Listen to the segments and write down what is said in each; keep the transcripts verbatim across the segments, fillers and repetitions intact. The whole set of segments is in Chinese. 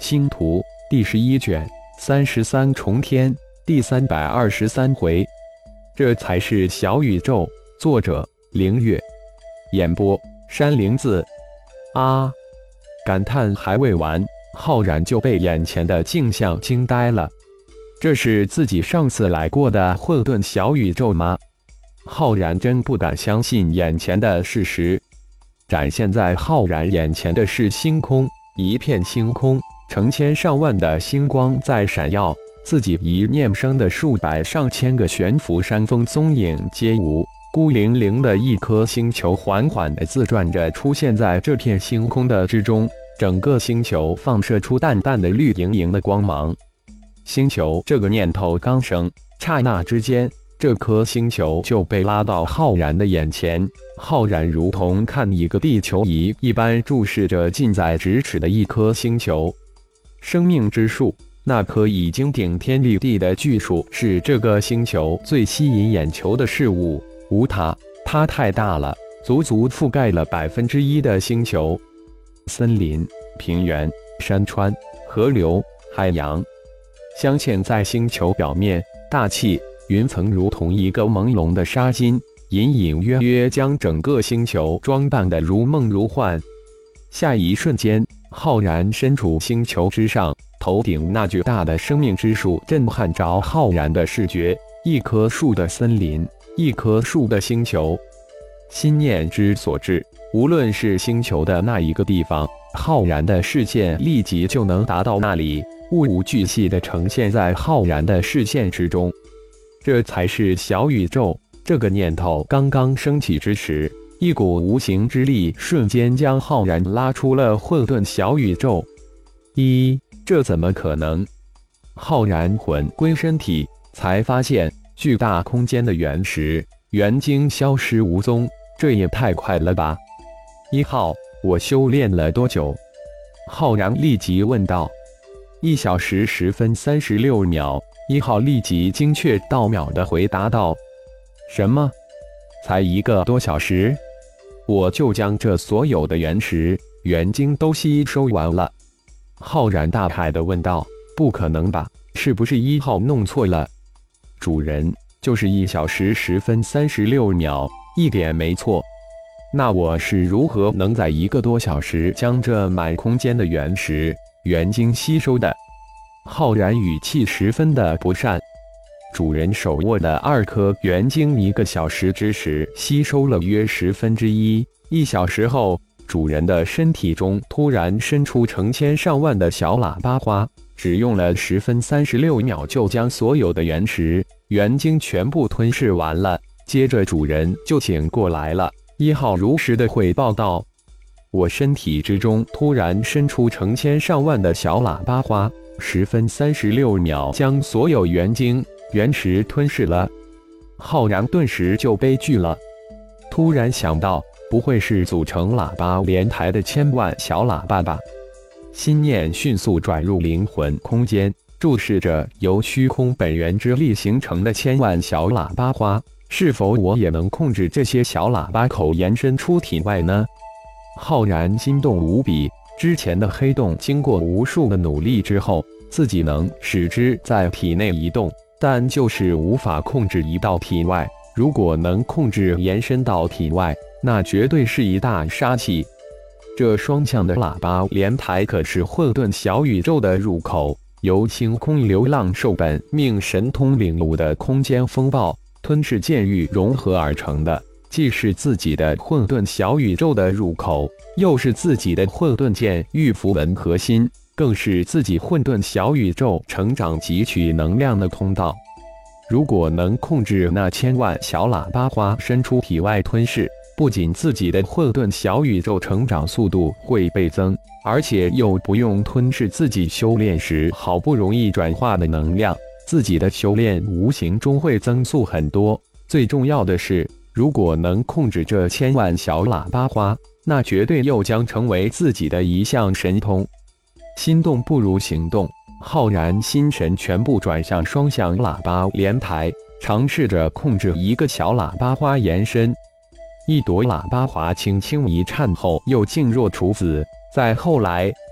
星图》第十一卷三十三重天第三百二十三回。这才是小宇宙。作者：凌月，演播：山灵子。啊！感叹还未完，浩然就被眼前的景象惊呆了。这是自己上次来过的混沌小宇宙吗？浩然真不敢相信眼前的事实。展现在浩然眼前的是星空，一片星空，成千上万的星光在闪耀，自己一念生的数百上千个悬浮山峰踪影皆无，孤零零的一颗星球缓缓地自转着出现在这片星空的之中，整个星球放射出淡淡的绿莹莹的光芒。星球这个念头刚生，刹那之间，这颗星球就被拉到浩然的眼前。浩然如同看一个地球仪一般注视着近在咫尺的一颗星球。生命之树，那棵已经顶天立地的巨树，是这个星球最吸引眼球的事物。无它，它太大了，足足覆盖了百分之一的星球。森林、平原、山川、河流、海洋，镶嵌在星球表面，大气、云层如同一个朦胧的纱巾，隐隐约约将整个星球装扮得如梦如幻。下一瞬间，浩然身处星球之上，头顶那巨大的生命之树震撼着浩然的视觉。一棵树的森林，一棵树的星球，心念之所至，无论是星球的那一个地方，浩然的视线立即就能达到那里，物无巨细地呈现在浩然的视线之中。这才是小宇宙。这个念头刚刚升起之时，一股无形之力瞬间将浩然拉出了混沌小宇宙。一，这怎么可能？浩然魂归身体，才发现巨大空间的原石元晶消失无踪，这也太快了吧！一号，我修炼了多久？浩然立即问道。一小时十分三十六秒。一号立即精确到秒地回答道。什么？才一个多小时，我就将这所有的原石元晶都吸收完了？浩然大骇地问道。不可能吧？是不是一号弄错了？主人，就是一小时十分三十六秒，一点没错。那我是如何能在一个多小时将这满空间的原石元晶吸收的？浩然语气十分的不善。主人手握的二颗元晶，一个小时之时吸收了约十分之一。一小时后，主人的身体中突然伸出成千上万的小喇叭花，只用了十分三十六秒就将所有的原石元晶全部吞噬完了。接着主人就醒过来了。一号如实的汇报道。我身体之中突然伸出成千上万的小喇叭花，十分三十六秒将所有元晶原石吞噬了。浩然顿时就悲剧了，突然想到，不会是组成喇叭莲台的千万小喇叭吧？心念迅速转入灵魂空间，注视着由虚空本源之力形成的千万小喇叭花，是否我也能控制这些小喇叭口延伸出体外呢？浩然心动无比，之前的黑洞经过无数的努力之后，自己能使之在体内移动，但就是无法控制移到体外。如果能控制延伸到体外，那绝对是一大杀器。这双向的喇叭莲台可是混沌小宇宙的入口，由星空流浪兽本命神通领悟的空间风暴吞噬剑域融合而成的，既是自己的混沌小宇宙的入口，又是自己的混沌剑域符文核心，更是自己混沌小宇宙成长汲取能量的通道。如果能控制那千万小喇叭花伸出体外吞噬，不仅自己的混沌小宇宙成长速度会倍增，而且又不用吞噬自己修炼时好不容易转化的能量，自己的修炼无形中会增速很多。最重要的是，如果能控制这千万小喇叭花，那绝对又将成为自己的一项神通。心动不如行动，浩然心神全部转向双向喇叭莲台，尝试着控制一个小喇叭花延伸。一朵喇叭花轻轻一颤后又静若处子，再后来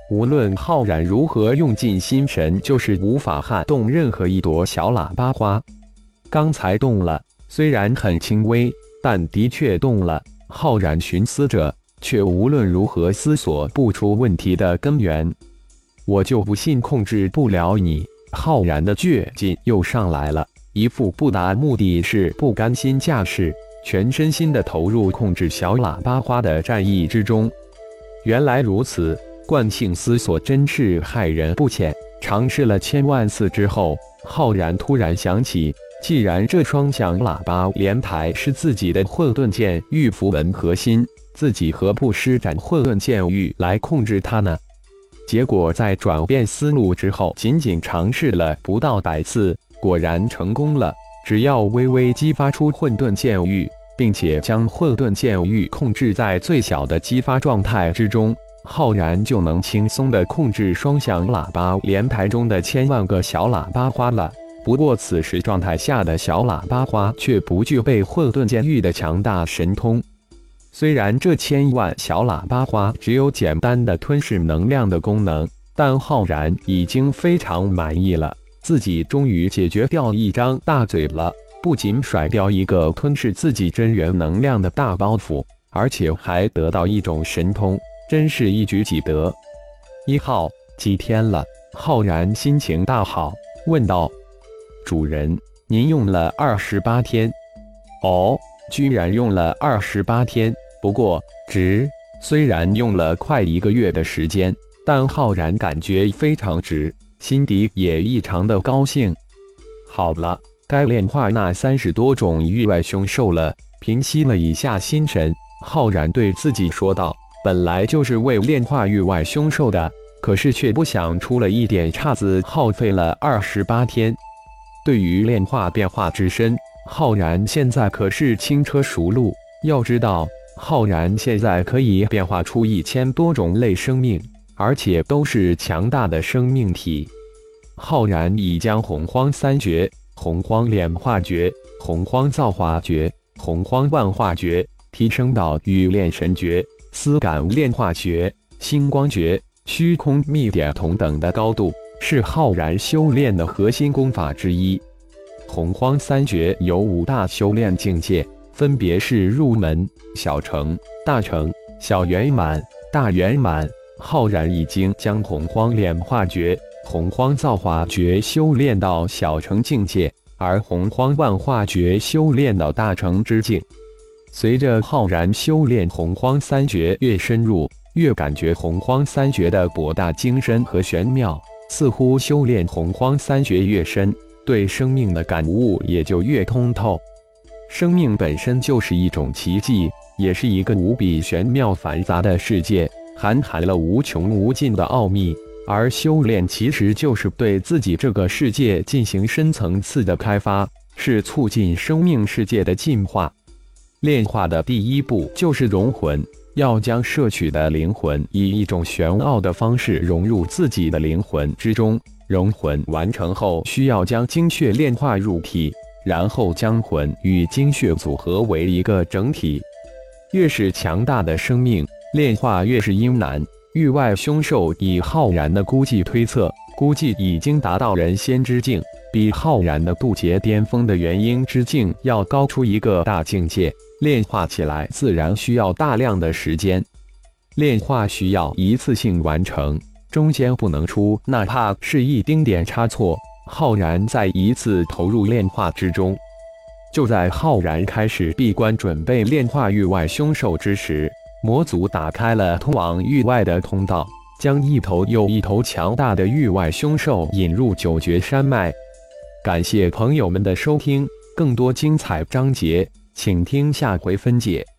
无论浩然如何用尽心神，就是无法撼动任何一朵小喇叭花。刚才动了，虽然很轻微，但的确动了。浩然寻思着，却无论如何思索不出问题的根源。我就不信控制不了你！浩然的倔劲又上来了，一副不达目的是不甘心架势，全身心的投入控制小喇叭花的战役之中。原来如此，惯性思索真是害人不浅。尝试了千万次之后，浩然突然想起，既然这双响喇叭连台是自己的混沌剑域符文核心，自己何不施展混沌剑域来控制它呢？结果在转变思路之后，仅仅尝试了不到百次，果然成功了。只要微微激发出混沌剑域，并且将混沌剑域控制在最小的激发状态之中，浩然就能轻松地控制双响喇叭连台中的千万个小喇叭花了。不过此时状态下的小喇叭花却不具备混沌剑域的强大神通。虽然这千万小喇叭花只有简单的吞噬能量的功能，但浩然已经非常满意了。自己终于解决掉一张大嘴了，不仅甩掉一个吞噬自己真元能量的大包袱，而且还得到一种神通，真是一举几得。一号，几天了？浩然心情大好，问道：“主人，您用了二十八天。”哦，居然用了二十八天。不过值，虽然用了快一个月的时间，但浩然感觉非常值，心底也异常的高兴。好了，该炼化那三十多种域外凶兽了。平息了一下心神，浩然对自己说道：“本来就是为炼化域外凶兽的，可是却不想出了一点岔子，耗费了二十八天。对于炼化变化之身，浩然现在可是轻车熟路。要知道，浩然现在可以变化出一千多种类生命，而且都是强大的生命体。浩然已将洪荒三绝、洪荒炼化诀、洪荒造化诀、洪荒万化诀提升到与炼神诀、丝感炼化诀、星光诀、虚空秘典同等的高度，是浩然修炼的核心功法之一。洪荒三绝有五大修炼境界，分别是入门、小成、大成、小圆满、大圆满。浩然已经将洪荒炼化诀、洪荒造化诀修炼到小成境界，而洪荒万化诀修炼到大成之境。随着浩然修炼洪荒三绝越深入，越感觉洪荒三绝的博大精深和玄妙，似乎修炼洪荒三绝越深，对生命的感悟也就越通透。生命本身就是一种奇迹，也是一个无比玄妙繁杂的世界，含含了无穷无尽的奥秘。而修炼其实就是对自己这个世界进行深层次的开发，是促进生命世界的进化。炼化的第一步就是融魂，要将摄取的灵魂以一种玄奥的方式融入自己的灵魂之中。融魂完成后，需要将精血炼化入体，然后将魂与精血组合为一个整体。越是强大的生命，炼化越是阴难。域外凶兽以浩然的估计推测，估计已经达到人仙之境，比浩然的渡劫巅峰的元婴之境要高出一个大境界。炼化起来自然需要大量的时间，炼化需要一次性完成，中间不能出哪怕是一丁点差错。浩然在一次投入炼化之中。就在浩然开始闭关准备炼化域外凶兽之时，魔族打开了通往域外的通道，将一头又一头强大的域外凶兽引入九绝山脉。感谢朋友们的收听，更多精彩章节，请听下回分解。